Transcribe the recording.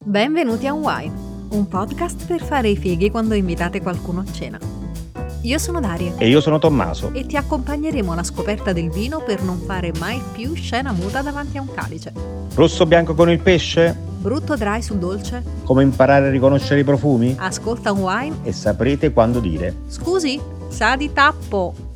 Benvenuti a Wine, un podcast per fare i fighi quando invitate qualcuno a cena. Io sono Daria E io sono Tommaso. e ti accompagneremo alla scoperta del vino per non fare mai più scena muta davanti a un calice. Rosso bianco con il pesce? Brutto dry sul dolce? Come imparare a riconoscere i profumi? Ascolta un wine? E saprete quando dire. Scusi, sa di tappo!